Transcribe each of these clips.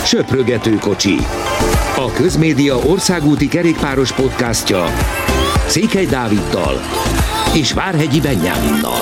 Söprögető kocsi. A Közmédia országúti kerékpáros podcastja Székely Dáviddal és Várhegyi Benyáminnal.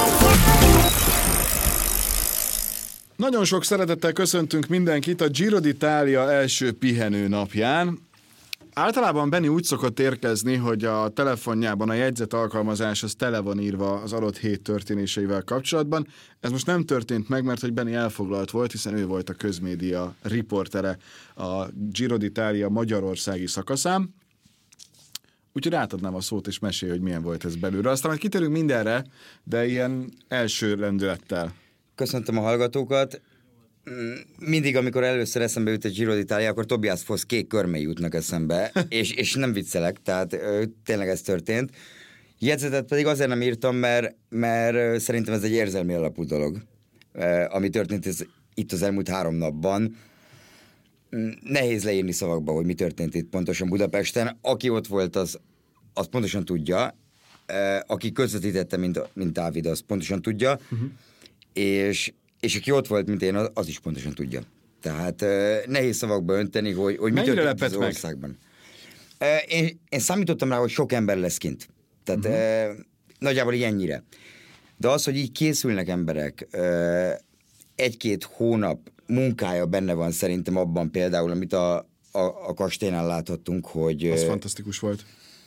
Nagyon sok szeretettel köszöntünk mindenkit a Giro d'Italia első pihenő napján. Általában Benni úgy szokott érkezni, hogy a telefonjában a jegyzet alkalmazás az tele van írva az adott hét történéseivel kapcsolatban. Ez most nem történt meg, mert hogy Benni elfoglalt volt, hiszen ő volt a Közmédia riportere a Giro d'Italia magyarországi szakaszán. Úgyhogy átadnám a szót, és mesélj, hogy milyen volt ez belülről. Aztán majd kitérünk mindenre, de ilyen első lendülettel. Köszöntöm a hallgatókat. Mindig, amikor először eszembe jut a Giro d'Italia, akkor Tobias Foss kék körmei jutnak eszembe, és nem viccelek, tehát tényleg ez történt. Jegyzetet pedig azért nem írtam, mert szerintem ez egy érzelmi alapú dolog, ami történt itt az elmúlt 3 napban. Nehéz leírni szavakba, hogy mi történt itt pontosan Budapesten. Aki ott volt, az pontosan tudja. Aki közvetítette, mint Dávid, az pontosan tudja. És aki ott volt, mint én, az is pontosan tudja. Tehát nehéz szavakba önteni, hogy mi történt az országban. Én számítottam rá, hogy sok ember lesz kint. Tehát nagyjából ennyire. De az, hogy így készülnek emberek, 1-2 hónap munkája benne van szerintem abban például, amit a kastélynál láthattunk, hogy... Az fantasztikus volt.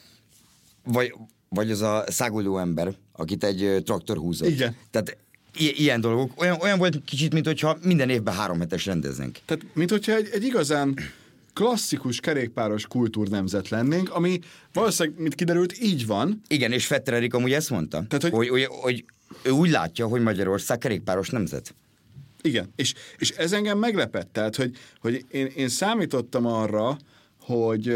Vagy az a száguldó ember, akit egy traktor húzott. Igen. Tehát ilyen dolgok. Olyan volt kicsit, mint hogyha minden évben 3 hetes rendeznénk. Tehát, mint hogyha egy igazán klasszikus kerékpáros kultúrnemzet lennénk, ami valószínűleg, mint kiderült, így van. Igen, és Vetter Erik amúgy ezt mondta, tehát, hogy ő úgy látja, hogy Magyarország kerékpáros nemzet. Igen, és ez engem meglepett, tehát, hogy én számítottam arra, hogy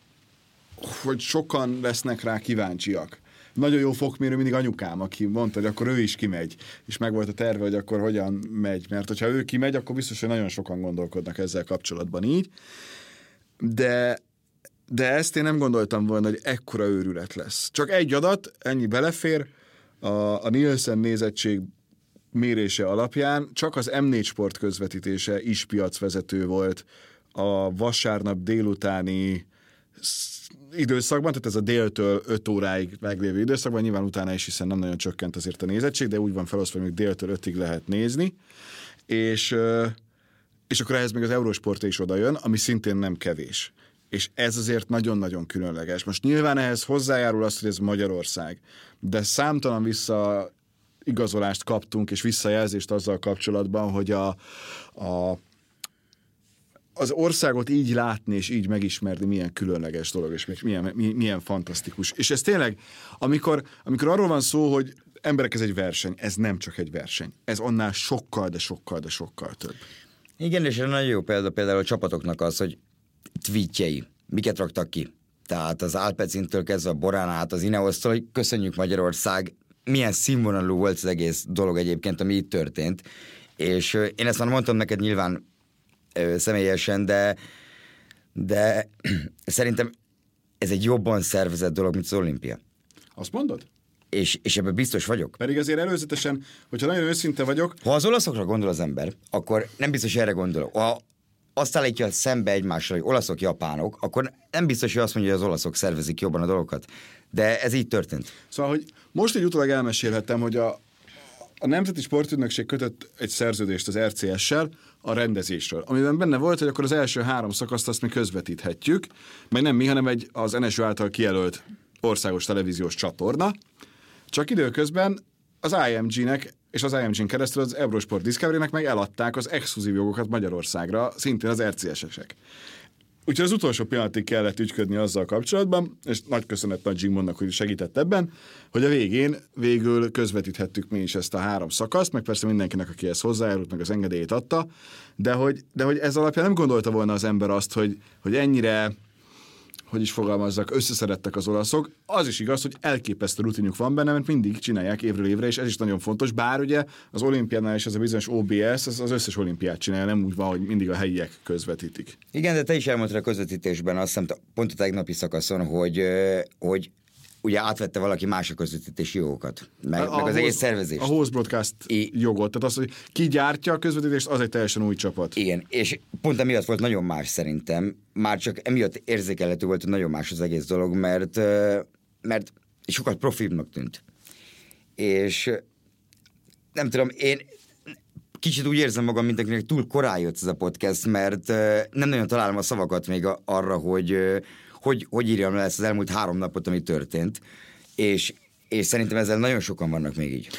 sokan lesznek rá kíváncsiak. Nagyon jó fokmérő mindig anyukám, aki mondta, hogy akkor ő is kimegy, és meg volt a terve, hogy akkor hogyan megy, mert hogyha ő kimegy, akkor biztos, hogy nagyon sokan gondolkodnak ezzel kapcsolatban így, de ezt én nem gondoltam volna, hogy ekkora őrület lesz. Csak egy adat, ennyi belefér, a Nielsen nézettség mérése alapján csak az M4 Sport közvetítése is piacvezető volt a vasárnap délutáni időszakban, tehát ez a déltől 5 óráig meglévő időszakban, nyilván utána is, hiszen nem nagyon csökkent azért a nézettség, de úgy van felosztva, hogy még déltől 5-ig lehet nézni, és akkor ehhez még az Eurosport is odajön, ami szintén nem kevés. És ez azért nagyon-nagyon különleges. Most nyilván ehhez hozzájárul az, hogy ez Magyarország, de számtalan visszaigazolást kaptunk, és visszajelzést azzal kapcsolatban, hogy az országot így látni és így megismerni milyen különleges dolog, és milyen fantasztikus. És ez tényleg, amikor arról van szó, hogy emberek, ez egy verseny, ez nem csak egy verseny. Ez annál sokkal, de sokkal több. Igen, és nagyon jó például a csapatoknak az, hogy tweetjei, miket raktak ki. Tehát az Alpecintől kezdve a Borán át, az Ineosztól, hogy köszönjük Magyarország, milyen színvonalú volt az egész dolog egyébként, ami itt történt. És én ezt már mondtam neked nyilván személyesen, de szerintem ez egy jobban szervezett dolog, mint az olimpia. Azt mondod? És ebben biztos vagyok. Pedig azért előzetesen, hogyha nagyon őszinte vagyok... Ha az olaszokra gondol az ember, akkor nem biztos, erre gondolok. Ha azt állítja szembe egymással, hogy olaszok, japánok, akkor nem biztos, hogy azt mondja, hogy az olaszok szervezik jobban a dolgokat. De ez így történt. Szóval, hogy most egy utólag elmesélhettem, hogy a Nemzeti Sportügynökség kötött egy szerződést az RCS-sel a rendezésről, amiben benne volt, hogy akkor az első 3 szakaszt azt mi közvetíthetjük, meg nem mi, hanem az NSU által kijelölt országos televíziós csatorna, csak időközben az IMG-nek és az IMG-n keresztül az Eurosport Discovery-nek meg eladták az exkluzív jogokat Magyarországra, szintén az RCS-esek. Úgyhogy az utolsó pillanatig kellett ügyködni azzal kapcsolatban, és nagy köszönet Nagy Zsigmondnak, hogy segített ebben, hogy a végül közvetíthettük mi is ezt a 3 szakaszt, meg persze mindenkinek, aki ezt hozzájárult, meg az engedélyét adta, de hogy ez alapján nem gondolta volna az ember azt, hogy ennyire, hogy is fogalmazzak, összeszerettek az olaszok. Az is igaz, hogy elképesztő rutinjuk van benne, mert mindig csinálják évről évre, és ez is nagyon fontos, bár ugye az olimpiánál is az a bizonyos OBS, az összes olimpiát csinálja, nem úgy van, hogy mindig a helyiek közvetítik. Igen, de te is elmondtad a közvetítésben, azt hiszem pont a tegnapi szakaszon, hogy ugye átvette valaki más a közvetítési jogokat, meg az egész szervezést. A host broadcast jogot, tehát az, hogy ki gyártja a közvetítést, az egy teljesen új csapat. Igen, és pont emiatt volt nagyon más szerintem, már csak emiatt érzékelhető volt, hogy nagyon más az egész dolog, mert sokkal profibbnak tűnt. És nem tudom, én kicsit úgy érzem magam, mint akinek túl korán jött ez a podcast, mert nem nagyon találom a szavakat még arra, hogy írjam le ezt az elmúlt 3 napot, ami történt, és szerintem ezzel nagyon sokan vannak még így.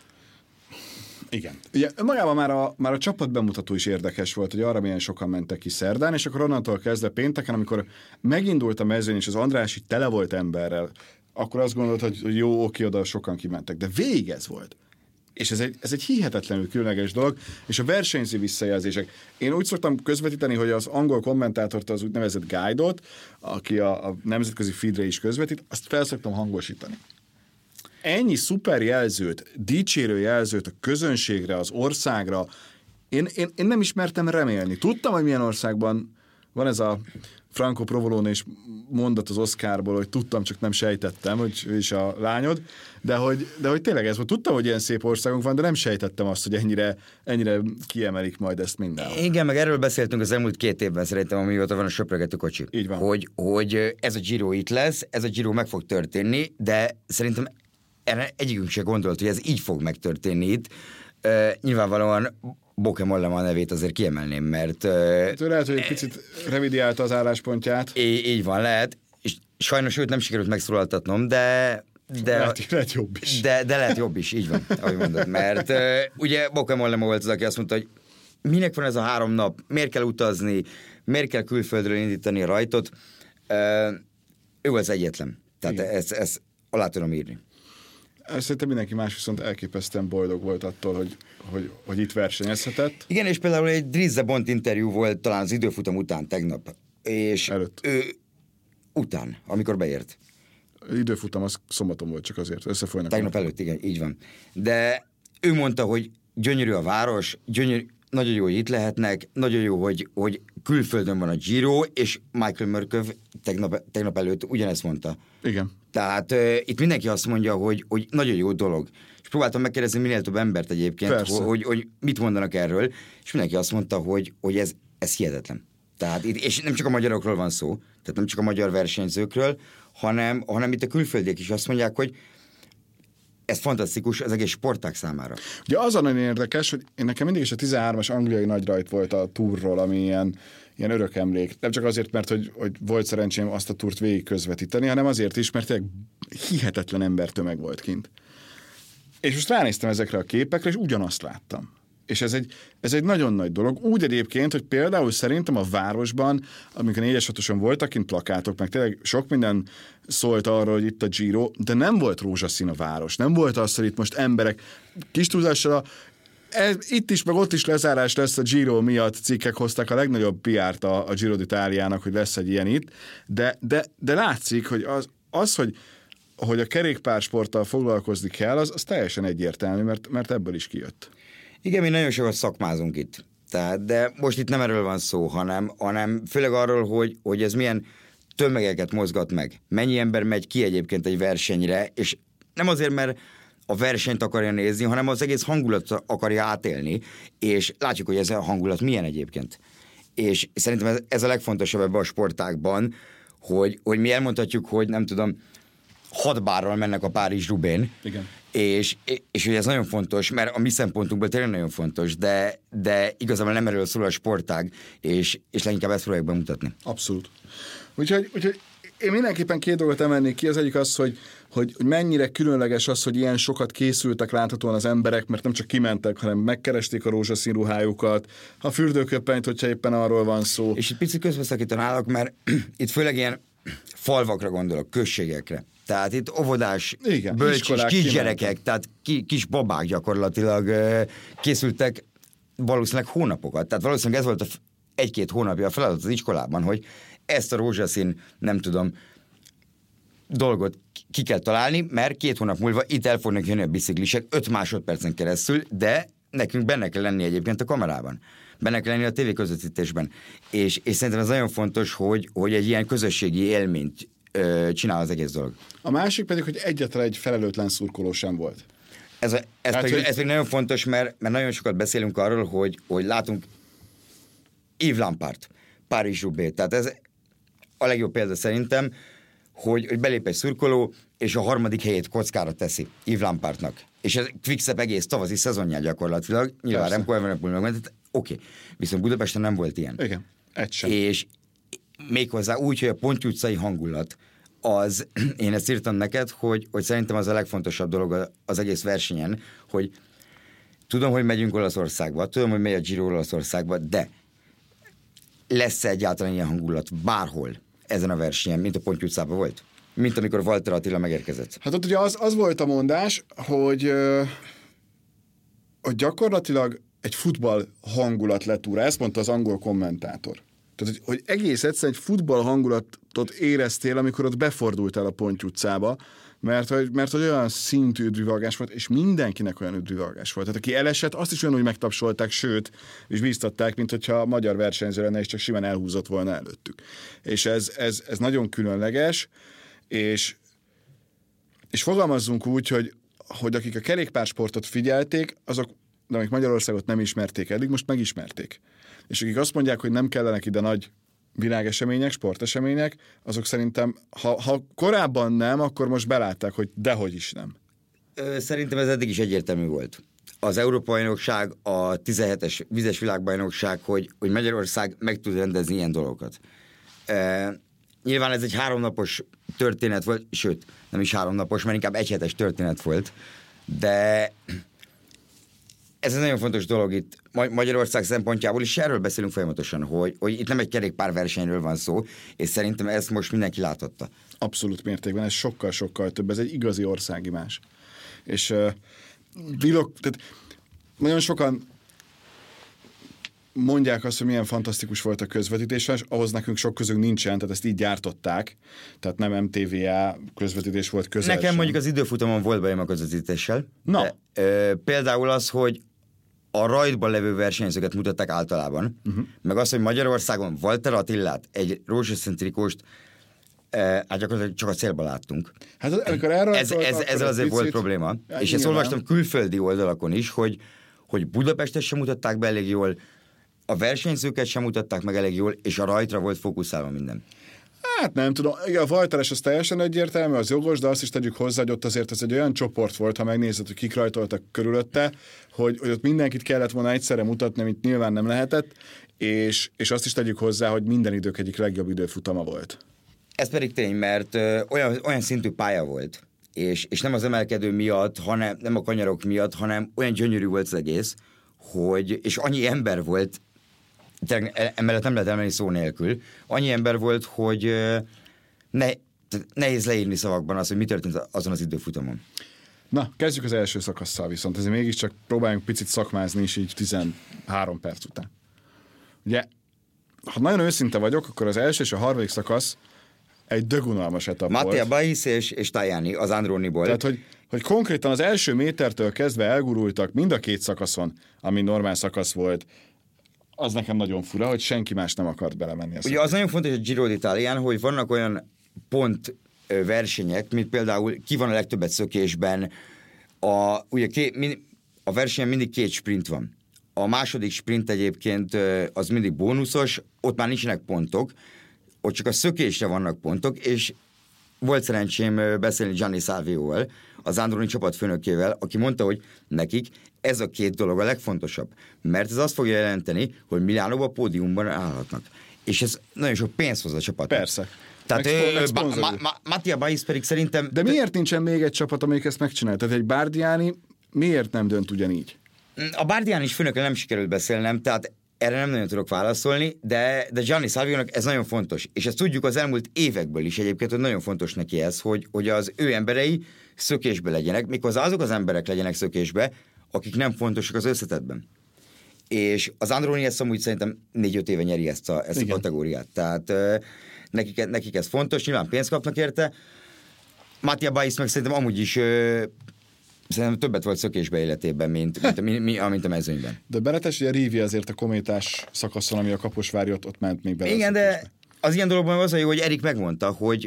Igen. Ugye, magában már a csapat bemutató is érdekes volt, hogy arra milyen sokan mentek ki szerdán, és akkor onnantól kezdve pénteken, amikor megindult a mezőny, és az András így tele volt emberrel, akkor azt gondolt, hogy jó, oké, oda sokan kimentek. De végig ez volt. És ez egy hihetetlenül különleges dolog, és a versenyző visszajelzések. Én úgy szoktam közvetíteni, hogy az angol kommentátort, az úgynevezett guide-ot, aki a nemzetközi feedre is közvetít, azt felszoktam hangosítani. Ennyi szuper jelzőt, dicsérő jelzőt a közönségre, az országra, én nem ismertem remélni. Tudtam, hogy milyen országban van ez a Franco Provolone és mondat az Oscarból, hogy tudtam, csak nem sejtettem, hogy ő is a lányod, de hogy tényleg ez volt. Tudtam, hogy ilyen szép országunk van, de nem sejtettem azt, hogy ennyire kiemelik majd ezt mindenhol. Igen, meg erről beszéltünk az elmúlt 2 évben szerintem, amióta van a söprögető kocsi. Így van. Hogy ez a Giro itt lesz, ez a Giro meg fog történni, de szerintem erre egyikünk se gondolt, hogy ez így fog megtörténni itt. Nyilvánvalóan Bauke Mollema nevét azért kiemelném, mert... Lehet, hogy egy picit revidiálta az álláspontját. Így van, lehet. És sajnos őt nem sikerült megszólaltatnom, de lehet jobb is. De lehet jobb is, így van, ahogy mondod. Mert ugye Bauke Mollema volt az, aki azt mondta, hogy minek van ez a 3 nap, miért kell utazni, miért kell külföldről indítani a rajtot. Ő az egyetlen. Tehát ezt alá tudom írni. Szerintem mindenki más viszont elképesztően boldog volt attól, hogy itt versenyezhetett. Igen, és például egy Drizze Bont interjú volt talán az időfutam után tegnap. És előtt. Ő után, amikor beért. Időfutam az szombaton volt, csak azért összefolynak. Tegnap előtt, igen, így van. De ő mondta, hogy gyönyörű a város, nagyon jó, hogy itt lehetnek, nagyon jó, hogy külföldön van a Giro, és Michael Mørkøv tegnap előtt ugyanezt mondta. Igen. Tehát itt mindenki azt mondja, hogy nagyon jó dolog. És próbáltam megkérdezni minél több embert egyébként, hogy mit mondanak erről, és mindenki azt mondta, hogy ez hihetetlen. Tehát itt, és nem csak a magyarokról van szó, tehát nem csak a magyar versenyzőkről, hanem itt a külföldiek is azt mondják, hogy ez fantasztikus az egész sportág számára. Ugye az a nagyon érdekes, hogy én nekem mindig is a 13-as angliai nagyrajt volt a túrról, ami ilyen örök emlék. Nem csak azért, mert hogy volt szerencsém azt a túrt végig közvetíteni, hanem azért is, mert tényleg hihetetlen embertömeg volt kint. És most ránéztem ezekre a képekre, és ugyanazt láttam. És ez egy nagyon nagy dolog. Úgy egyébként, hogy például szerintem a városban, amikor 4-6-oson voltak kint plakátok, meg tényleg sok minden szólt arról, hogy itt a Giro, de nem volt rózsaszín a város. Nem volt az, hogy itt most emberek kis túlzással itt is, meg ott is lezárás lesz a Giro miatt, cikkek hozták a legnagyobb PR-t a Giro d'Italiának, hogy lesz egy ilyen itt, de látszik, hogy hogy a kerékpársporttal foglalkozni kell, az teljesen egyértelmű, mert ebből is kijött. Igen, mi nagyon sokat szakmázunk itt. De most itt nem erről van szó, hanem főleg arról, hogy ez milyen tömegeket mozgat meg. Mennyi ember megy ki egyébként egy versenyre, és nem azért, mert a versenyt akarja nézni, hanem az egész hangulatot akarja átélni, és látjuk, hogy ez a hangulat milyen egyébként. És szerintem ez a legfontosabb ebben a sportágban, hogy mi elmondhatjuk, hogy nem tudom, 6 bárral mennek a Párizs-Roubaix. Igen. És hogy ez nagyon fontos, mert a mi szempontunkból tényleg nagyon fontos, de igazából nem erről szól a sportág, és leginkább ezt próbáljuk bemutatni. Abszolút. Úgyhogy én mindenképpen 2 dolgot emelnék ki. Az egyik az, hogy mennyire különleges az, hogy ilyen sokat készültek láthatóan az emberek, mert nem csak kimentek, hanem megkeresték a rózsaszín ruhájukat, a fürdőköpenyt, hogyha éppen arról van szó. És egy picit közbeszakítanálok, mert itt főleg ilyen falvakra gondolok, községekre. Tehát itt óvodás, bölcsis, kisgyerekek, tehát kis babák gyakorlatilag készültek valószínűleg hónapokat. Tehát valószínűleg ez volt 1-2 hónapja a feladat az iskolában, hogy ezt a rózsaszín, nem tudom, dolgot ki kell találni, mert 2 hónap múlva itt el fognak jönni a biciklisek 5 másodpercen keresztül, de nekünk benne kell lenni egyébként a kamerában. Benne kell lenni a tévéközvetítésben. És szerintem ez nagyon fontos, hogy egy ilyen közösségi élményt csinál az egész dolog. A másik pedig, hogy egyetlen egy felelőtlen szurkoló sem volt. Ez pedig nagyon fontos, mert nagyon sokat beszélünk arról, hogy látunk Yves Lampard, Paris-Roubaix. Tehát ez a legjobb példa szerintem, hogy belép egy szurkoló, és a harmadik helyét kockára teszi Yves Lampardnak. És ez Quickstep egész tavaszi szezonján gyakorlatilag. Nyilván Remco Evenepoel megment, oké. Viszont Budapesten nem volt ilyen. Igen, egy sem. És méghozzá úgy, hogy a Ponty utcai hangulat, az, én ezt írtam neked, hogy szerintem az a legfontosabb dolog az egész versenyen, hogy tudom, hogy megyünk Olaszországba, tudom, hogy megy a Giro Olaszországba, de lesz egyáltalán ilyen hangulat bárhol ezen a versenyen, mint a Ponty utcában volt? Mint amikor Walter Attila megérkezett. Hát ott ugye az volt a mondás, hogy gyakorlatilag egy futball hangulat lett úrá. Ezt mondta az angol kommentátor. Tehát, hogy egész egyszerűen egy futball hangulatot éreztél, amikor ott befordultál a Ponty utcába, mert hogy olyan szintű üdvrivalgás volt, és mindenkinek olyan üdvrivalgás volt. Tehát aki elesett, azt is olyan, hogy megtapsolták, sőt, és bíztatták, mint hogyha a magyar versenyző lenne, és csak simán elhúzott volna előttük. És ez nagyon különleges, és fogalmazzunk úgy, hogy akik a kerékpársportot figyelték, azok, de amik Magyarországot nem ismerték eddig, most megismerték. És akik azt mondják, hogy nem kellenek ide nagy világesemények, sportesemények, azok szerintem, ha korábban nem, akkor most belátták, hogy dehogy is nem. Szerintem ez eddig is egyértelmű volt. Az Európa-bajnokság, a 17-es vizes világbajnokság, hogy Magyarország meg tud rendezni ilyen dolgokat. Nyilván ez egy 3 napos történet volt, sőt, nem is 3 napos, mert inkább 1 hetes történet volt, de ez egy nagyon fontos dolog itt Magyarország szempontjából, és erről beszélünk folyamatosan, hogy itt nem egy kerékpárversenyről van szó, és szerintem ezt most mindenki láthatta. Abszolút mértékben, ez sokkal-sokkal több, ez egy igazi országimás. És tehát nagyon sokan mondják azt, hogy milyen fantasztikus volt a közvetítés, és ahhoz nekünk sok közünk nincsen, tehát ezt így gyártották, tehát nem MTVA közvetítés volt közel. Nekem mondjuk az időfutamon volt bajom a közvetítéssel. Na. Például az, hogy a rajtban levő versenyzőket mutatták általában, meg az, hogy Magyarországon Walter Attilát, egy rózsaszín trikóst, hát gyakorlatilag csak a célba láttunk. Hát, amikor ez azért volt probléma. Ja, és ezt olvastam külföldi oldalakon is, hogy Budapestet sem mutatták be elég jól, a versenyzőket sem mutatták meg elég jól, és a rajtra volt fókuszálva minden. Hát nem tudom, igen, a Walteres az teljesen egyértelmű, az jogos, de azt is tegyük hozzá, hogy ott azért ez egy olyan csoport volt, ha megnézed, hogy kik rajtoltak körülötte, hogy ott mindenkit kellett volna egyszerre mutatni, amit nyilván nem lehetett, és azt is tegyük hozzá, hogy minden idők egyik legjobb időfutama volt. Ez pedig tény, mert olyan szintű pálya volt, és nem az emelkedő miatt, hanem nem a kanyarok miatt, hanem olyan gyönyörű volt az egész, és annyi ember volt, emellett nem lehet elmenni szó nélkül, annyi ember volt, hogy nehéz leírni szavakban az, hogy mi történt azon az időfutamon. Na, kezdjük az első szakasszal viszont, ezért mégiscsak próbáljunk picit szakmázni is így 13 perc után. Ugye, ha nagyon őszinte vagyok, akkor az első és a harmadik szakasz egy dögunalmas etap volt. Mattia Baisz és Tajani az Androniból. Tehát, hogy konkrétan az első métertől kezdve elgurultak mind a 2 szakaszon, ami normál szakasz volt, az nekem nagyon fura, hogy senki más nem akart belemenni. Ugye az nagyon fontos a Giro d'Italián, hogy vannak olyan pont versenyek, mint például ki van a legtöbbet szökésben. Ugye a versenyen mindig 2 sprint van. A második sprint egyébként az mindig bónuszos, ott már nincsenek pontok, ott csak a szökésre vannak pontok, és volt szerencsém beszélni Gianni Salvióval, az Androni csapatfőnökével, aki mondta, hogy nekik ez a 2 dolog a legfontosabb, mert ez azt fogja jelenteni, hogy Milánóban pódiumban állhatnak. És ez nagyon sok pénzt hoz a csapatnak. Persze. Tehát Mattia Baisz pedig szerintem... De miért nincsen még egy csapat, amelyik ezt megcsinálja? Tehát egy Bardiani miért nem dönt ugyanígy? A Bardiani is főnökkel nem sikerült beszélnem, tehát erre nem nagyon tudok válaszolni, de Gianni Salviónak ez nagyon fontos. És ezt tudjuk az elmúlt évekből is egyébként, hogy nagyon fontos neki ez, hogy az ő emberei szökésbe legyenek, méghozzá azok az emberek legyenek szökésbe, akik nem fontosak az összetettben. És az Androni ezt amúgy szerintem 4-5 éve nyeri ezt a kategóriát. Tehát nekik ez fontos, nyilván pénzt kapnak érte. Mattia Baisz meg szerintem amúgy is szerintem többet volt szökésbe életében, mint a mezőnyben. De Beretes, ugye Rivi azért a kométás szakaszon, ami a Kaposvári ott ment még bele. Igen, de az ilyen dologban az a jó, hogy Erik megmondta, hogy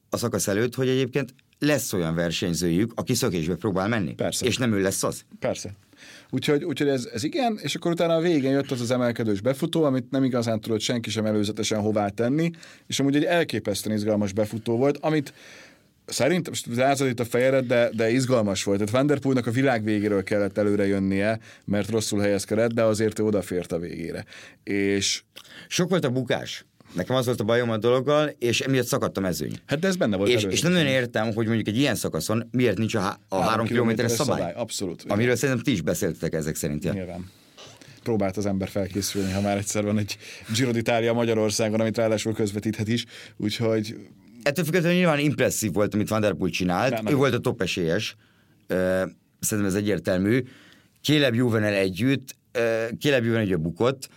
a szakasz előtt, hogy egyébként lesz olyan versenyzőjük, aki szökésbe próbál menni. Persze. És nem ő lesz az. Persze. Úgyhogy ez igen, és akkor utána a végén jött az emelkedős befutó, amit nem igazán tudott senki sem előzetesen hová tenni, és amúgy egy elképesztően izgalmas befutó volt, amit szerintem, most rázad itt a fejedet, de izgalmas volt. Tehát Van der Poelnak a világ végéről kellett előre jönnie, mert rosszul helyezkedett, de azért ő odafért a végére. És sok volt a bukás. Nekem az volt a bajom a dologgal, és emiatt szakadt a mezőny. hát de ez benne volt. És nem nagyon értem, hogy mondjuk egy ilyen szakaszon miért nincs a 3 kilométeres szabály. Abszolút. Amiről szerintem ti is beszéltetek ezek szerint. Ja. Nyilván. Próbált az ember felkészülni, ha már egyszer van egy Giro d'Italia Magyarországon, amit ráadásul közvetíthet is, úgyhogy... Ettől függetlenül nyilván impresszív volt, amit Van der Poel csinált. Ő volt a top esélyes. Szerintem ez egyértelmű. Caleb Ewanel együtt. Caleb Ewanel ugye bukott.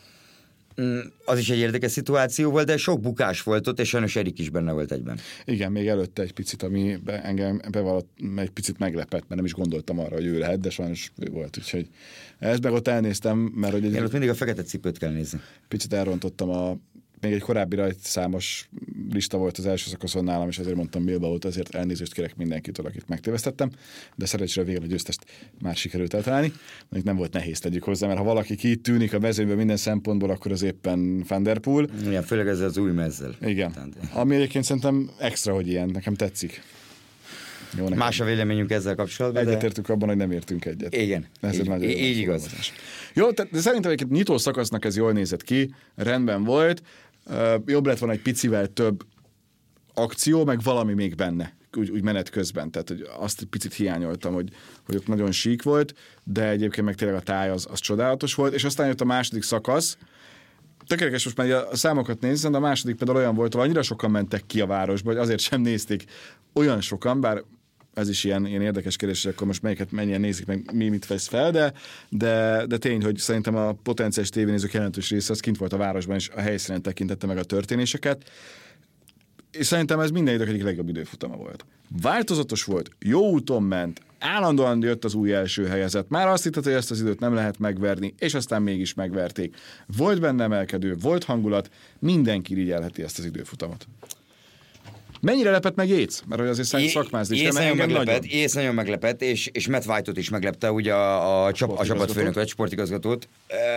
Az is egy érdekes szituáció volt, de sok bukás volt ott, és sajnos Erik is benne volt egyben. Igen, még előtte egy picit, ami engem bevallott, egy picit meglepett, mert nem is gondoltam arra, hogy ő lehet, de sajnos ő volt, úgyhogy ezt meg ott elnéztem, mert hogy Igen, ott mindig a fekete cipőt kell nézni. Picit elrontottam még egy korábbi rajtszámos lista volt az első szakaszon nálam, és ezért mondtam Bilbaót, ezért elnézést kérek mindenkitől, akit megtévesztettem, de szerencsére végül a győztest már sikerült eltalálni. Mondjuk nem volt nehéz, tegyük hozzá, mert ha valaki ki tűnik a mezőnyben minden szempontból, akkor az éppen Van der Poel. Igen, főleg ezzel az új mezzel. Igen. Ami egyébként szerintem extra, hogy ilyen, nekem tetszik. Jó, más a véleményünk ezzel kapcsolatban. Egyetértünk abban, hogy nem értünk egyet. Igen, így igaz. Jó, de szerintem egy nyitó szakasznak ez jól nézett ki, rendben volt. Jobb lett volna egy picivel több akció, meg valami még benne, úgy menet közben. Tehát hogy azt egy picit hiányoltam, hogy ott nagyon sík volt, de egyébként meg tényleg a táj az csodálatos volt, és aztán jött a második szakasz. Tökéletes, most már a számokat nézem, de a második például olyan volt, hogy annyira sokan mentek ki a városba, hogy azért sem nézték olyan sokan, bár ez is ilyen érdekes kérdés, hogy akkor most melyiket mennyien nézik, meg mit vesz fel, de tény, hogy szerintem a potenciális tévénézők jelentős része az kint volt a városban, és a helyszínen tekintette meg a történéseket. És szerintem ez minden idők egyik legjobb időfutama volt. Változatos volt, jó úton ment, állandóan jött az új első helyezett. Már azt hitted, hogy ezt az időt nem lehet megverni, és aztán mégis megverték. Volt benne emelkedő, volt hangulat, mindenki irigyelheti ezt az időfutamot. Mennyire lepett meg Yates? Mert hogy azért szakmázni is. Yates nagyon meglepett, és Matt White-ot is meglepte, ugye a csapatfőnököt, a sportigazgatót.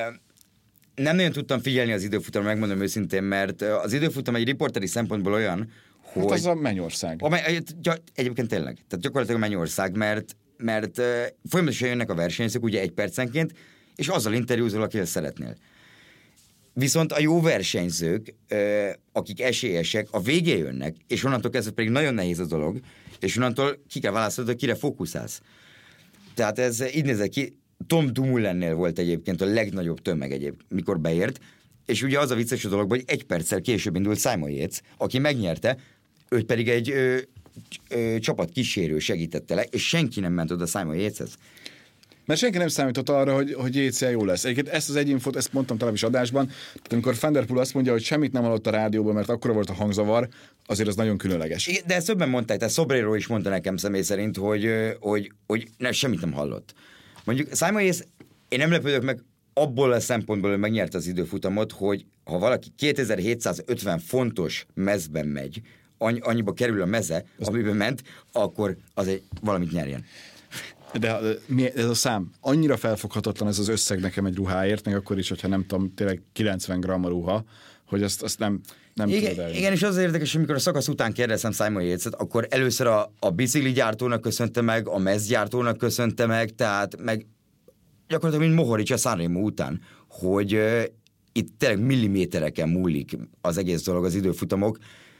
Nem nagyon tudtam figyelni az időfutamra, megmondom őszintén, mert az időfutam egy riporteri szempontból olyan, hogy... Hát az a mennyország. Egyébként tényleg. Tehát gyakorlatilag a mennyország, mert folyamatosan jönnek a versenyzők, ugye 1 percenként, és azzal interjúzol, akivel szeretnél. Viszont a jó versenyzők, akik esélyesek, a végén jönnek, és onnantól kezdve pedig nagyon nehéz a dolog, és onnantól ki kell választani, hogy kire fókuszálsz. Tehát ez így nézett ki. Tom Dumoulinnél volt egyébként a legnagyobb tömeg egyébként, mikor beért, és ugye az a vicces a dolog, hogy 1 perccel később indult Simon Yates, aki megnyerte, őt pedig egy csapat kísérő segítette le, és senki nem ment oda Simon Yateshez. Mert senki nem számított arra, hogy Yates jó lesz. Egyébként ezt az egyénfot, ezt mondtam talán is adásban, tehát amikor Van der Poel azt mondja, hogy semmit nem hallott a rádióban, mert akkora volt a hangzavar, azért az nagyon különleges. De ezt többen mondták, tehát Sobrero is mondta nekem személy szerint, hogy semmit nem hallott. Mondjuk Simon Yates, én nem lepődök meg abból a szempontból, hogy megnyerte az időfutamot, hogy ha valaki 2750 fontos mezben megy, annyiba kerül a meze, amiben ment, akkor az valamit nyerjen. De ez a szám, annyira felfoghatatlan ez az összeg nekem egy ruháért, még akkor is, hogyha nem tudom, tényleg 90 gramm a ruha, hogy azt nem tudod eljönni. Igen, és az érdekes, amikor a szakasz után kérdeztem Simon Yates-et, akkor először a bicikligyártónak köszönte meg, a mezgyártónak köszönte meg, tehát meg gyakorlatilag mint Mohoric a Sanremo után, hogy itt tényleg millimétereken múlik az egész dolog, az időfutamok.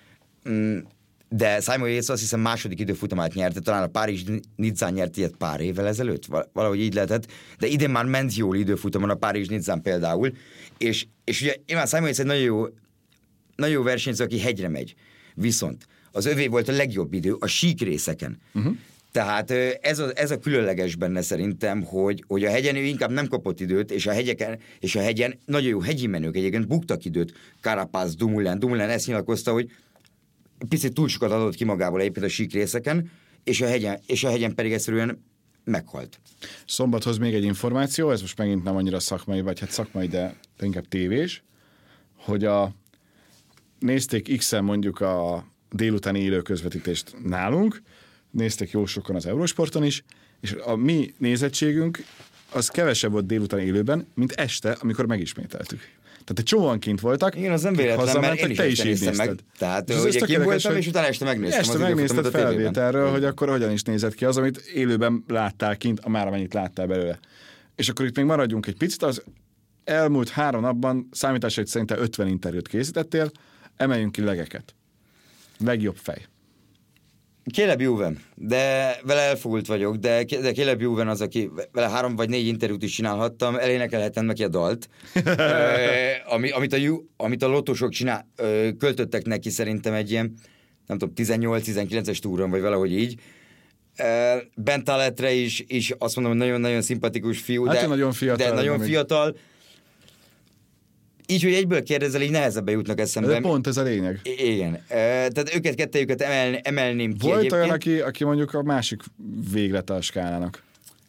De Simon Yates azt hiszem második időfutamát nyerte, talán a Párizs-Nizzán nyert ilyet pár évvel ezelőtt, valahogy így lehetett, de idén már ment jól időfutamon a Párizs-Nizzán például, és ugye nyilván Simon Yates egy nagyon jó versenyző, aki hegyre megy, viszont az övé volt a legjobb idő a sík részeken. Tehát ez a különleges benne szerintem, hogy a hegyen ő inkább nem kapott időt, és a hegyen nagyon jó hegyi menők egyébként buktak időt. Carapaz, Dumoulin ezt nyilatkozta, hogy picit túl sokat adott ki magából egyébként a sík részeken, és a hegyen pedig egyszerűen meghalt. Szombathoz még egy információ, ez most megint nem annyira szakmai, vagy hát szakmai, de inkább tévés, hogy nézték X-en mondjuk délutáni élő közvetítést nálunk, néztek jó sokan az Eurosporton is, és a mi nézettségünk az kevesebb volt délután élőben, mint este, amikor megismételtük. Tehát egy csomóan kint voltak. Igen, az nem véletlen, mert én is este néztem meg. Tehát ugye kint voltam, és utána este megnéztem. Este megnézted felvételről, hogy akkor hogyan is nézett ki az, amit élőben láttál kint, már amennyit láttál belőle. És akkor itt még maradjunk egy picit, az elmúlt 3 napban számításait szerintem 50 interjút készítettél, emeljünk ki legeket. Legjobb fej. Caleb Ewan, de vele elfogult vagyok, de Caleb Ewan az, aki vele 3 vagy 4 interjút is csinálhattam, elénekelhetem neki a dalt, amit a lotósok költöttek neki szerintem egy ilyen, nem tudom, 18-19-es túron, vagy valahogy így. Ben Taletre is azt mondom, hogy nagyon-nagyon szimpatikus fiú, hát nagyon fiatal, de nagyon fiatal. Így, hogy egyből kérdezel, így nehezebben jutnak eszembe. De pont ez a lényeg. Igen. Tehát kettejüket emelném ki. Volt olyan, aki mondjuk a másik véglete a skálának?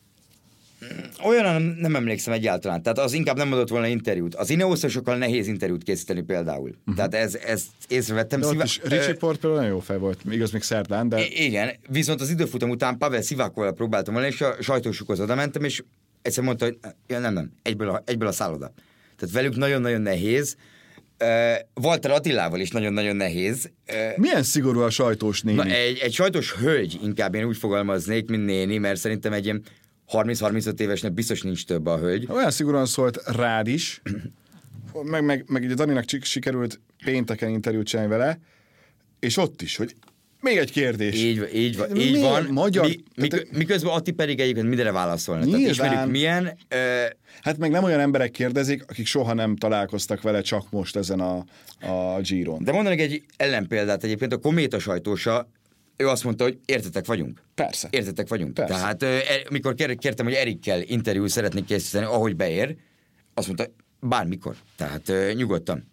Olyan nem emlékszem egyáltalán. Tehát az inkább nem adott volna interjút. Az Ineososokkal nehéz interjút készíteni például. Tehát ezt észrevettem. Richie Port például nagyon jó fej volt, igaz még szerdán, de... Igen, viszont az időfutam után Pavel Sivakóval próbáltam volna, és a sajtósukhoz oda mentem, és egyszer mondta, hogy nem, egyből a szálloda. Tehát velük nagyon-nagyon nehéz. Walter Attilával is nagyon-nagyon nehéz. Milyen szigorú a sajtós néni? Na, egy sajtós hölgy, inkább én úgy fogalmaznék, mint néni, mert szerintem egy ilyen 30-35 évesnek biztos nincs több a hölgy. Olyan szigorúan szólt rád is, meg ugye Daninak sikerült pénteken interjút csinálni vele, és ott is, hogy még egy kérdés. Így van. Magyar... Miközben Atti pedig egyébként mindenre válaszolna. Tehát ismerjük milyen... Hát meg nem olyan emberek kérdezik, akik soha nem találkoztak vele csak most ezen a Giron. De mondanék egy ellenpéldát egyébként, a Kométa sajtósa, ő azt mondta, hogy értetek vagyunk. Persze. Értetek vagyunk. Persze. Tehát mikor kértem, hogy Erikkel interjút szeretnék készíteni, ahogy beér, azt mondta, bármikor. Tehát nyugodtan.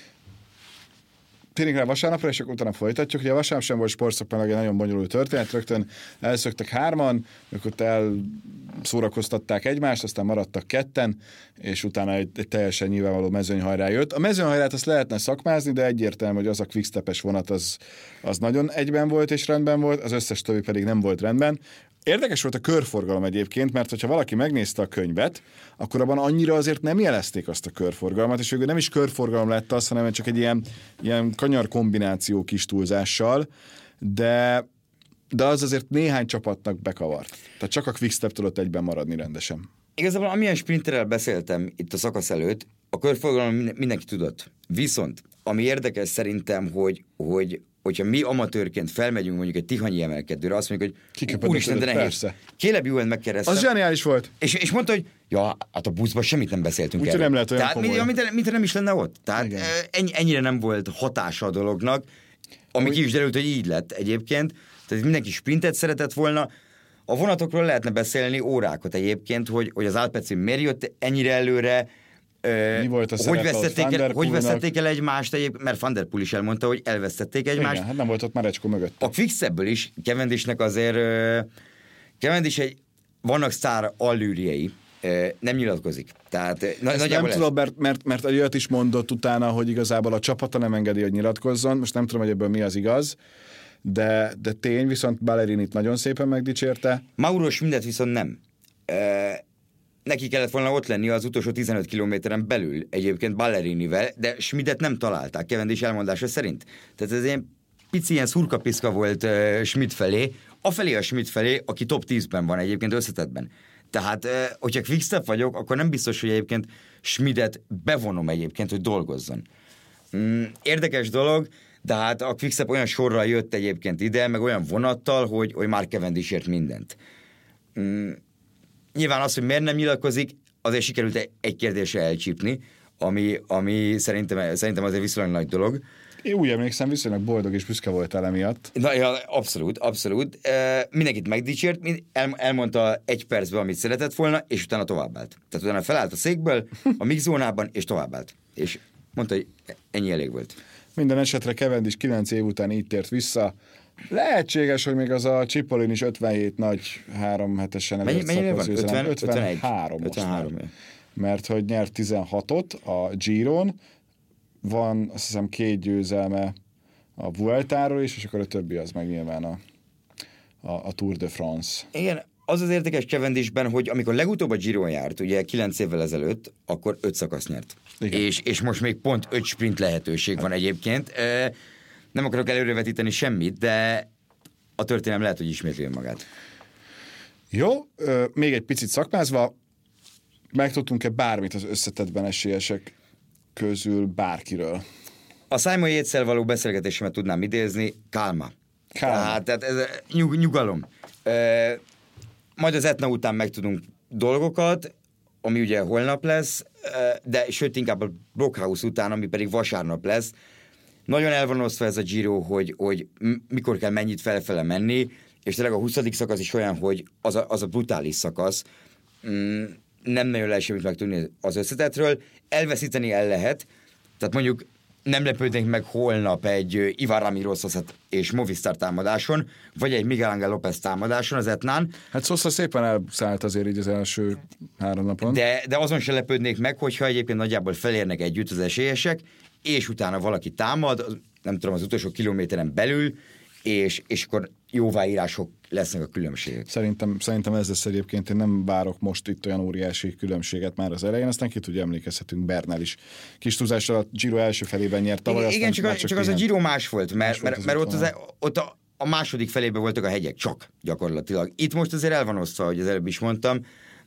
Térjünk rá vasárnapra, és akkor utána folytatjuk. Ugye a vasárnap sem volt sportszakmailag egy nagyon bonyolult történet, rögtön elszöktek 3-an, ők ott elszórakoztatták egymást, aztán maradtak 2-en, és utána egy teljesen nyilvánvaló mezőnyhajrá jött. A mezőnyhajrát azt lehetne szakmázni, de egyértelmű, hogy az a quickstepes vonat az nagyon egyben volt és rendben volt, az összes többi pedig nem volt rendben. Érdekes volt a körforgalom egyébként, mert hogyha valaki megnézte a könyvet, akkor abban annyira azért nem jelezték azt a körforgalmat, és végül nem is körforgalom lett az, hanem csak egy ilyen kanyar kombináció kis túlzással, de az azért néhány csapatnak bekavart. Tehát csak a Quickstep tudott egyben maradni rendesen. Igazából amilyen sprinterrel beszéltem itt a szakasz előtt, a körforgalom mindenki tudott. Viszont, ami érdekes szerintem, hogyha mi amatőrként felmegyünk mondjuk egy tihanyi emelkedőre, azt mondjuk, hogy úristen, de nehéz. Caleb Ewan megkérdeztem. Az zseniális volt. És mondta, hogy ja, hát a buszban semmit nem beszéltünk erről. Nem lehet olyan tehát mint nem is lenne ott. Tehát ennyire nem volt hatása a dolognak, ami ki is derült, hogy így lett egyébként. Tehát mindenki sprintet szeretett volna. A vonatokról lehetne beszélni órákat egyébként, hogy az Alpecin miért jött ennyire előre, mi volt a hogy vesztették el egymást, mert Van der Poel is elmondta, hogy elvesztették egymást. Igen, hát nem volt ott már Recsko mögött. A Quickstepből is Cavendishnek azért Cavendish vannak sztár allűrjei, nem nyilatkozik. Tehát nem tudom, mert olyat is mondott utána, hogy igazából a csapata nem engedi, hogy nyilatkozzon. Most nem tudom, hogy ebből mi az igaz, de tény, viszont Ballerinit nagyon szépen megdicsérte. Mauro Schmidet viszont nem. Neki kellett volna ott lenni az utolsó 15 kilométeren belül egyébként Ballerinivel, de Schmidet nem találták Cavendish elmondása szerint. Tehát ez ilyen pici ilyen szurkapiszka volt Schmidt felé, afelé a Schmidt felé, aki top 10-ben van egyébként összetettben. Tehát, hogyha Quickstep vagyok, akkor nem biztos, hogy egyébként Schmidet bevonom egyébként, hogy dolgozzon. Érdekes dolog, de hát a Quickstep olyan sorral jött egyébként ide, meg olyan vonattal, hogy már Cavendish ért mindent. Nyilván az, hogy miért nem nyilatkozik, azért sikerült egy kérdésre elcsípni, ami szerintem azért viszonylag nagy dolog. Én úgy emlékszem, viszonylag boldog és büszke voltál emiatt. Na, ja, abszolút. Mindenkit megdicsért, elmondta 1 percben, amit szeretett volna, és utána továbbált. Tehát utána felállt a székből, a mixzónában, és továbbált. És mondta, hogy ennyi elég volt. Minden esetre Cavendish 9 év után így tért vissza. Lehetséges, hogy még az a Cipollin is 57 nagy 3 hetesen elért szakaszgyőzelem. 53 most. Mert hogy nyert 16-ot a Giron, van azt hiszem 2 győzelme a Vueltáról is, és akkor a többi az meg nyilván a Tour de France. Igen, az érdekes Cavendishben, hogy amikor legutóbb a Giron járt, ugye 9 évvel ezelőtt, akkor 5 szakasz nyert. És most még pont 5 sprint lehetőség van egyébként. Nem akarok előrevetíteni semmit, de a történelem lehet, hogy ismétlő magát. Jó, még egy picit szakmázva, megtudtunk-e bármit az összetettben esélyesek közül bárkiről? A Simon Yates-szel való beszélgetésemet tudnám idézni, kálma. Tehát ez nyugalom. Majd az Etna után megtudunk dolgokat, ami ugye holnap lesz, de sőt inkább a Blockhouse után, ami pedig vasárnap lesz. Nagyon el van osztva ez a Giro, hogy mikor kell mennyit felfele menni, és tényleg a 20. szakasz is olyan, hogy az a brutális szakasz. Nem nagyon lehet semmit megtudni az összetetről. Elveszíteni el lehet, tehát mondjuk nem lepődnénk meg holnap egy Ivan Ramírez és Movistar támadáson, vagy egy Miguel Ángel López támadáson az Etnán. Hát Sosa szépen elszállt azért így az első 3 napon. De azon se lepődnék meg, hogyha egyébként nagyjából felérnek együtt az esélyesek, és utána valaki támad, nem tudom, az utolsó kilométeren belül, és akkor jóváírások lesznek a különbségek. Szerintem ez lesz egyébként, én nem várok most itt olyan óriási különbséget már az elején, aztán ki tudja, emlékezhetünk, Bernal is kis túlzással a Giro első felében nyert tavaly. Igen, csak az a Giro más volt, mert ott a második felében voltak a hegyek, csak gyakorlatilag. Itt most azért el van osztva, hogy az előbb is mondtam.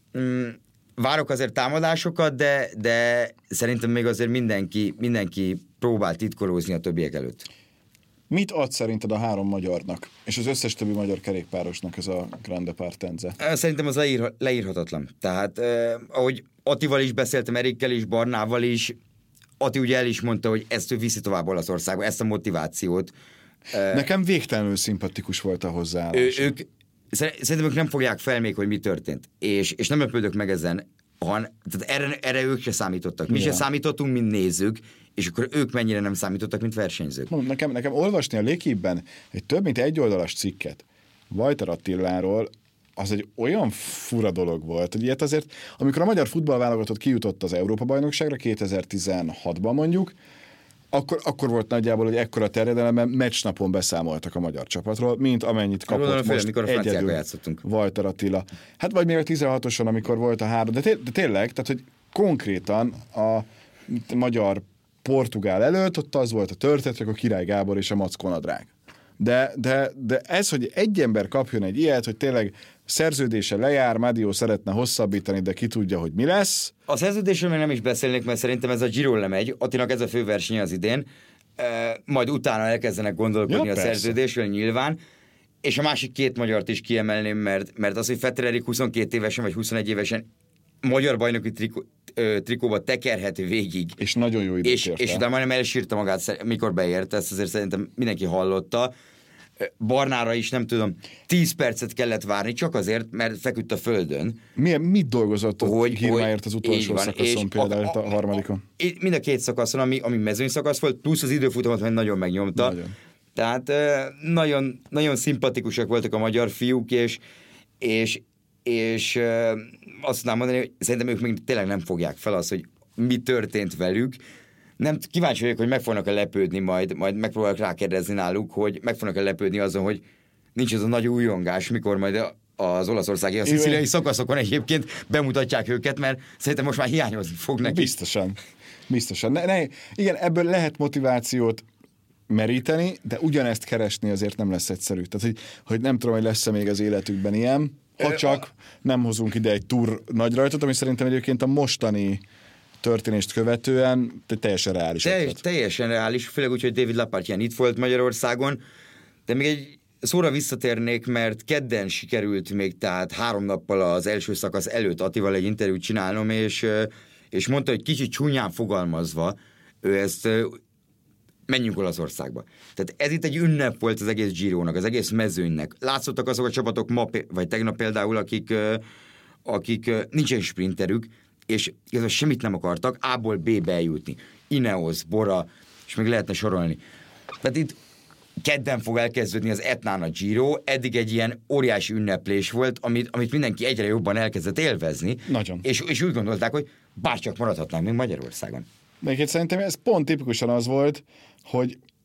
Várok azért támadásokat, de szerintem még azért mindenki próbál titkolózni a többiek előtt. Mit ad szerinted a 3 magyarnak, és az összes többi magyar kerékpárosnak ez a Grande Partenze? Szerintem az leírhatatlan. Tehát, ahogy Attival is beszéltem, Erikkel is, Barnával is, Atti ugye el is mondta, hogy ezt ő viszi tovább Olaszországba, ezt a motivációt. Nekem végtelenül szimpatikus volt a hozzáállás. Szerintem ők nem fogják fel még, hogy mi történt. És nem lepődök meg ezen. Tehát erre ők se számítottak. Mi se számítottunk, mint nézők, és akkor ők mennyire nem számítottak, mint versenyzők. Nekem olvasni a L'équipe-ben egy több mint 1 oldalas cikket Vajter Attiláról, az egy olyan fura dolog volt, hogy ilyet azért, amikor a magyar futballválogatott kijutott az Európa-bajnokságra 2016-ban mondjuk, akkor volt nagyjából, hogy ekkora terjedelemben meccsnapon beszámoltak a magyar csapatról, mint amennyit kapott most egyedül Vajter Attila. Hát vagy még a 16-oson, amikor volt a 3, de tényleg, tehát hogy konkrétan a magyar-portugál előtt ott az volt a történet, a Király Gábor és a Mackó Nadrág. De ez, hogy egy ember kapjon egy ilyet, hogy tényleg szerződése lejár, Madio szeretne hosszabbítani, de ki tudja, hogy mi lesz. A szerződésről még nem is beszélnék, mert szerintem ez a Giro lemegy. Attinak ez a fő verseny az idén. Majd utána elkezdenek gondolkodni a szerződésről nyilván. És a másik 2 magyart is kiemelném, mert az, hogy Fettererik 22 évesen vagy 21 évesen magyar bajnoki trikóba tekerhet végig. És nagyon jó időt érte. És utána majdnem elsírta magát, mikor beért, ezt azért szerintem mindenki hallotta. Barnára is, nem tudom, 10 percet kellett várni, csak azért, mert feküdt a földön. Mit dolgozott a Hírmáért az utolsó szakaszon, például a harmadikon? Mind a 2 szakaszon, ami mezőny szakasz volt, plusz az időfutamot, mert nagyon megnyomta. Nagyon. Tehát nagyon, nagyon szimpatikusak voltak a magyar fiúk, és azt tudnám mondani, hogy szerintem ők még tényleg nem fogják fel azt, hogy mi történt velük. Nem, kíváncsi vagyok, hogy meg fognak-e lepődni majd megpróbálok rákérdezni náluk, hogy meg fognak-e lepődni azon, hogy nincs az a nagy újongás, mikor majd az olaszországi, a szicíliai szakaszokon egyébként bemutatják őket, mert szerintem most már hiányozni fog neki. Biztosan. Igen, ebből lehet motivációt meríteni, de ugyanezt keresni azért nem lesz egyszerű. Tehát, hogy nem tudom, hogy lesz-e még az életükben ilyen, ha csak nem hozunk ide egy Tour nagy rajtot, ami szerintem egyébként a mostani történést követően teljesen reális. Teljesen reális, főleg úgy, hogy David Lapartien itt volt Magyarországon, de még egy szóra visszatérnék, mert kedden sikerült még, tehát 3 nappal az első szakasz előtt Attival egy interjút csinálnom, és mondta, hogy kicsit csúnyán fogalmazva, ő ezt menjünk Olaszországba. Tehát ez itt egy ünnep volt az egész Girónak, az egész mezőnynek. Látszottak azok a csapatok ma, vagy tegnap például, akik nincsen sprinterük, és igazából semmit nem akartak, A-ból B-be eljutni. Ineos, Bora, és még lehetne sorolni. Tehát itt kedden fog elkezdődni az Etnán a Giro, eddig egy ilyen óriási ünneplés volt, amit mindenki egyre jobban elkezdett élvezni. Nagyon. És úgy gondolták, hogy bárcsak maradhatnánk még Magyarországon. Még szerintem ez pont tipikusan az volt, hogy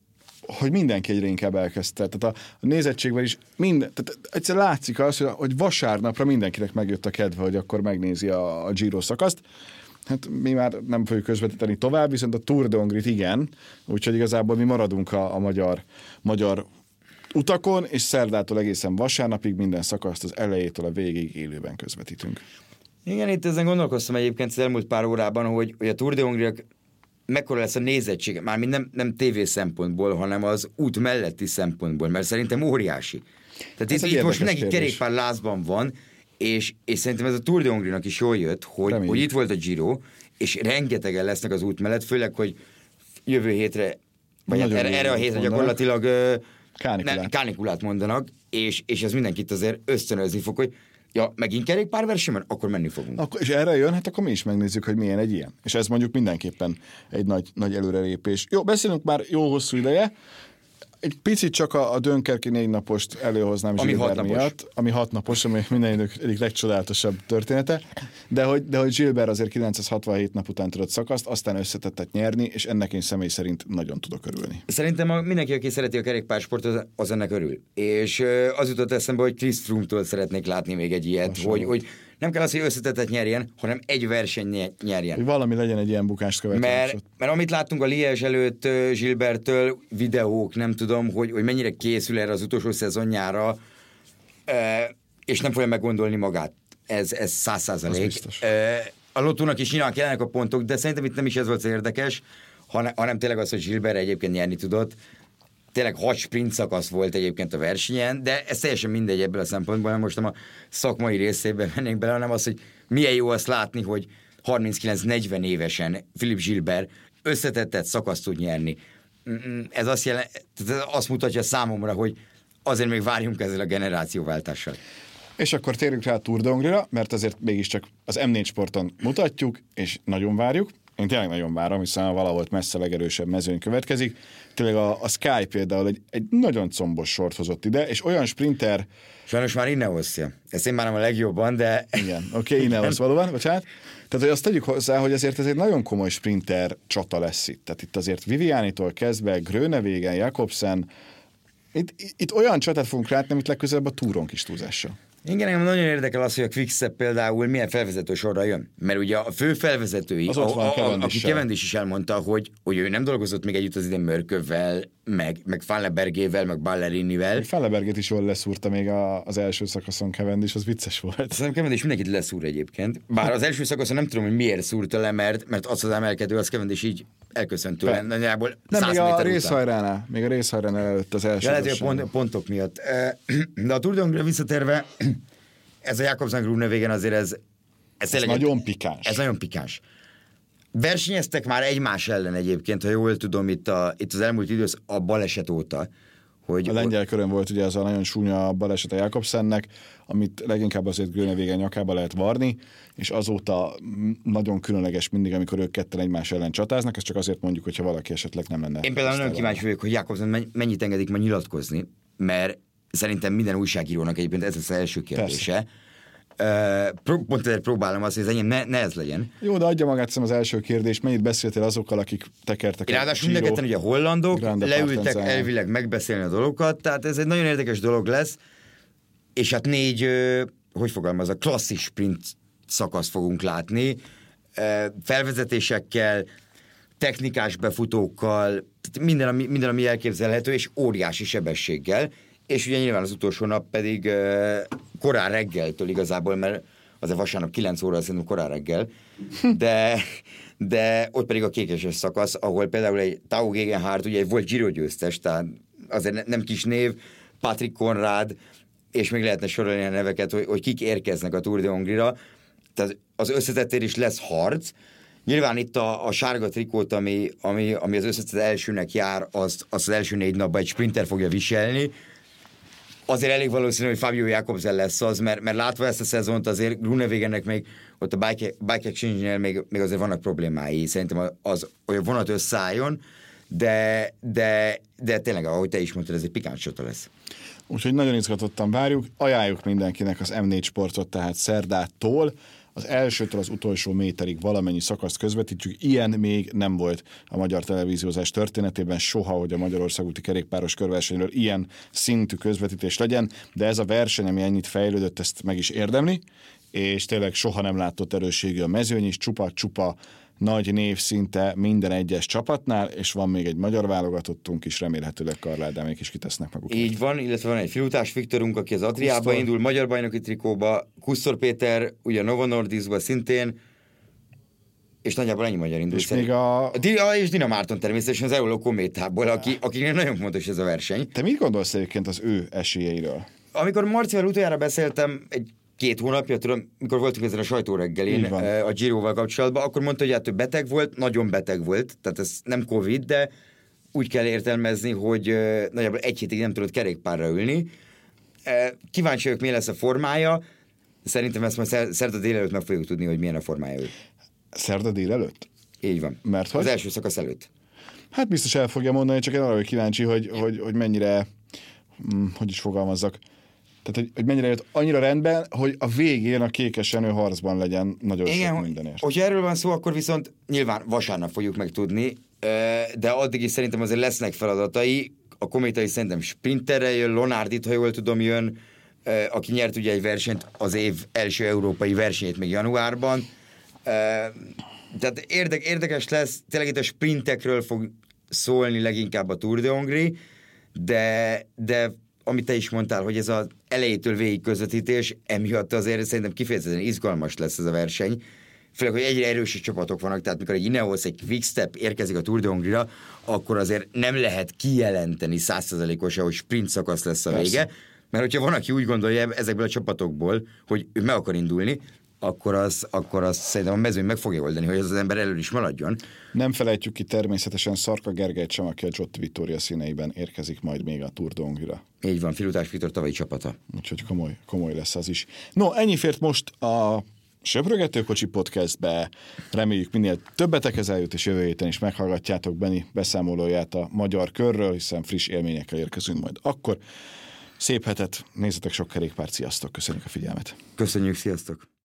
hogy mindenki egyre inkább elkezdte. Tehát a nézettségben is tehát egyszer látszik az, hogy vasárnapra mindenkinek megjött a kedve, hogy akkor megnézi a Giro szakaszt. Hát mi már nem fogjuk közvetíteni tovább, viszont a Tour de Hongrit igen, úgyhogy igazából mi maradunk a magyar utakon, és szerdától egészen vasárnapig minden szakaszt az elejétől a végig élőben közvetítünk. Igen, itt ezen gondolkoztam egyébként az elmúlt pár órában, hogy a Tour de Hongriak mekkora lesz a nézettség, mármint nem tévé szempontból, hanem az út melletti szempontból, mert szerintem óriási. Tehát itt most mindenki kerékpár lázban van, és szerintem ez a Tour de Hongrinak is jól jött, hogy itt volt a Giro, és rengetegen lesznek az út mellett, főleg, hogy jövő hétre, vagy erre a hétre gyakorlatilag kánikulát mondanak, és ez mindenkit azért ösztönözni fog, hogy ja, megint kerékpárversenyben, akkor menni fogunk. És erre jön, hát akkor mi is megnézzük, hogy milyen egy ilyen. És ez mondjuk mindenképpen egy nagy előrelépés. Jó, beszélünk már jó hosszú ideje. Egy picit csak a Dunkerque 4 napost előhoznám Gilbert miatt. Ami 6 napos, ami minden idők egyik legcsodálatosabb története. De hogy Gilbert azért 967 nap után tudott szakaszt, aztán összetettet nyerni, és ennek én személy szerint nagyon tudok örülni. Szerintem mindenki, aki szereti a kerékpársportot, az ennek örül. És az jutott eszembe, hogy Chris Froome-tól szeretnék látni még egy ilyet, hogy nem kell az, hogy összetettet nyerjen, hanem egy verseny nyerjen. Hogy valami legyen egy ilyen bukást követő. Mert amit láttunk a Liège előtt Gilberttől, videók, nem tudom, hogy mennyire készül erre az utolsó szezonjára, és nem fogja meggondolni magát. Ez 100%. A Lottónak is nyilván kellenek a pontok, de szerintem itt nem is ez volt az érdekes, hanem tényleg az, hogy Gilbert egyébként nyerni tudott. Tényleg 6 sprint szakasz volt egyébként a versenyen, de ez teljesen mindegy ebből a szempontból, nem most nem a szakmai részében mennénk bele, hanem az, hogy milyen jó azt látni, hogy 39-40 évesen Philippe Gilbert összetettet szakaszt tud nyerni. Ez azt mutatja számomra, hogy azért még várjunk ezzel a generációváltással. És akkor térjünk rá a Tour de Hongrie-ra, mert azért mégiscsak az M4 Sporton mutatjuk, és nagyon várjuk. Én tényleg nagyon várom, hiszen valahol messze legerősebb mezőny következik. Tényleg a Sky például egy nagyon combos sort hozott ide, és olyan sprinter... Sajnos már Ineosja. Ezt én már nem a legjobban, de... Igen, oké, Ineos valóban, bocsánat. Tehát, hogy azt tegyük hozzá, hogy azért ez egy nagyon komoly sprinter csata lesz itt. Tehát itt azért Vivianitól kezdve, Groenewegen, Jakobsen, itt olyan csatát fogunk látni, amit legközelebb a Touron kis túlzással. Igen, engem nagyon érdekel az, hogy a Quickstep például milyen felvezető sorra jön. Mert ugye a fő felvezetői, aki Cavendish is elmondta, hogy ő nem dolgozott még együtt az idén Mörkövvel, meg Fallebergével, meg Ballerinivel. Fallebergét is jól leszúrta még az első szakaszon Cavendish, az vicces volt. Szerintem Cavendish mindenkit leszúr egyébként. Bár az első szakaszon nem tudom, hogy miért szúrta le, mert az emelkedő, az Cavendish így elköszönt tőle. Nem, még a részhajránál előtt az első. Lehet, hogy a pontok miatt. De a Tour de Hongrie visszatérve, ez a Jakobsen Groenewegen azért ez nagyon pikáns. Ez nagyon pikáns. Versenyeztek már egymás ellen egyébként, ha jól tudom, itt az elmúlt időszak a baleset óta. Hogy a lengyel körön volt ugye az a nagyon súnya baleset a Jakobsennek, amit leginkább azért Groenewegen nyakába lehet varni, és azóta nagyon különleges mindig, amikor ők ketten egymás ellen csatáznak, ezt csak azért mondjuk, hogyha valaki esetleg nem lenne. Én például nagyon kíváncsi vagyok, hogy Jakobsen mennyit engedik ma nyilatkozni, mert szerintem minden újságírónak egyébként ez az első kérdése. Pont ezért próbálom azt, hogy az enyém ne ez legyen. Jó, de adja magát az első kérdés, mennyit beszéltél azokkal, akik tekertek. Ráadásul mindenketten ugye hollandok, leültek elvileg megbeszélni a dolgokat, tehát ez egy nagyon érdekes dolog lesz, és hát 4, hogy fogalmaz, a klasszis sprint szakaszt fogunk látni, felvezetésekkel, technikás befutókkal, minden, ami elképzelhető, és óriási sebességgel, és ugye nyilván az utolsó nap pedig korán reggeltől igazából, mert azért vasárnap 9 óra szerintem korán reggel, de ott pedig a kékeses szakasz, ahol például egy Tao Gegenhardt, ugye egy volt Giro győztes, tehát azért nem kis név, Patrick Conrad, és még lehetne sorolni a neveket, hogy kik érkeznek a Tour de Hongrie-ra, tehát az összetettér is lesz harc. Nyilván itt a sárga trikót, ami az összetett elsőnek jár, azt az első 4 napban egy sprinter fogja viselni. Azért elég valószínű, hogy Fabio Jakobsen lesz az, mert látva ezt a szezont azért Groenewegennek még ott a Bike Exchange-nél még azért vannak problémái. Szerintem az olyan vonat összeálljon, de tényleg, ahogy te is mondtad, ez egy pikáns csata lesz. Úgyhogy nagyon izgatottan várjuk. Ajánljuk mindenkinek az M4 Sportot, tehát szerdától az elsőtől az utolsó méterig valamennyi szakaszt közvetítjük. Ilyen még nem volt a magyar televíziózás történetében soha, hogy a Magyarországúti kerékpáros körversenyről ilyen szintű közvetítés legyen, de ez a verseny, ami ennyit fejlődött, ezt meg is érdemli, és tényleg soha nem látott erősségű a mezőny is, csupa nagy név szinte minden egyes csapatnál, és van még egy magyar válogatottunk is, remélhetőleg Karládámék is kitesznek maguknak. Így van, illetve van egy Filutás Viktorunk, aki az Adriába indul, magyar bajnoki trikóba, Kusztor Péter, ugye Novo Nordiskba szintén, és nagyjából ennyi magyar indul. És még és Dina Márton természetesen az Eolo Kométából, akinek nagyon fontos ez a verseny. Te mit gondolsz egyébként az ő esélyeiről? Amikor Marcival utoljára beszéltem, 2 hónapja, tudom, mikor voltunk ezen a sajtóreggelén a Giroval kapcsolatban, akkor mondta, hogy hát ő beteg volt, nagyon beteg volt, tehát ez nem Covid, de úgy kell értelmezni, hogy nagyjából 1 hétig nem tudott kerékpárra ülni. Kíváncsi vagyok, mi lesz a formája. Szerintem ezt majd szerda délelőtt meg fogjuk tudni, hogy milyen a formája ő. Szerda délelőtt? Így van. Mert hogy? Az első szakasz előtt. Hát biztos el fogja mondani, csak én arra vagyok kíváncsi, hogy mennyire, hogy is fogalmazzak, tehát, hogy mennyire jött annyira rendben, hogy a végén a kékesenő harcban legyen nagyon sok mindenért. Hogyha erről van szó, akkor viszont nyilván vasárnap fogjuk megtudni, de addig is szerintem azért lesznek feladatai. A Kométai szerintem sprinterre jön, Lonárdit, ha jól tudom, jön, aki nyert ugye egy versenyt, az év első európai versenyét még januárban. Tehát érdekes lesz, tényleg itt a sprintekről fog szólni leginkább a Tour de Hongrie, de amit te is mondtál, hogy ez az elejétől végig közvetítés, emiatt azért szerintem kifejezetten izgalmas lesz ez a verseny. Főleg, hogy egyre erősebb csapatok vannak, tehát mikor egy Ineos, egy Quickstep érkezik a Tour de Hongrie-ra, akkor azért nem lehet kijelenteni 100%-osan, hogy sprint szakasz lesz a vége. Persze. Mert hogyha van, aki úgy gondolja ezekből a csapatokból, hogy ő meg akar indulni, akkor az szerintem a mezőny meg fogja oldani, hogy az ember elől is maradjon. Nem felejtjük ki természetesen Szarka Gergelyt sem, aki a Giotti Vittoria színeiben érkezik majd még a Tour de Hongrie-ra. Így van, Filutás Viktor tavalyi csapata. Úgyhogy komoly lesz az is. No, ennyi fért most a Söprögetőkocsi podcastbe. Reméljük minél többetekhez eljut, és jövő héten is meghallgatjátok Benni beszámolóját a magyar körről, hiszen friss élményekkel érkezünk majd akkor. Szép hetet, nézzetek sok kerékpárt, sziasztok, köszönjük a figyelmet. Köszönjük, sziasztok.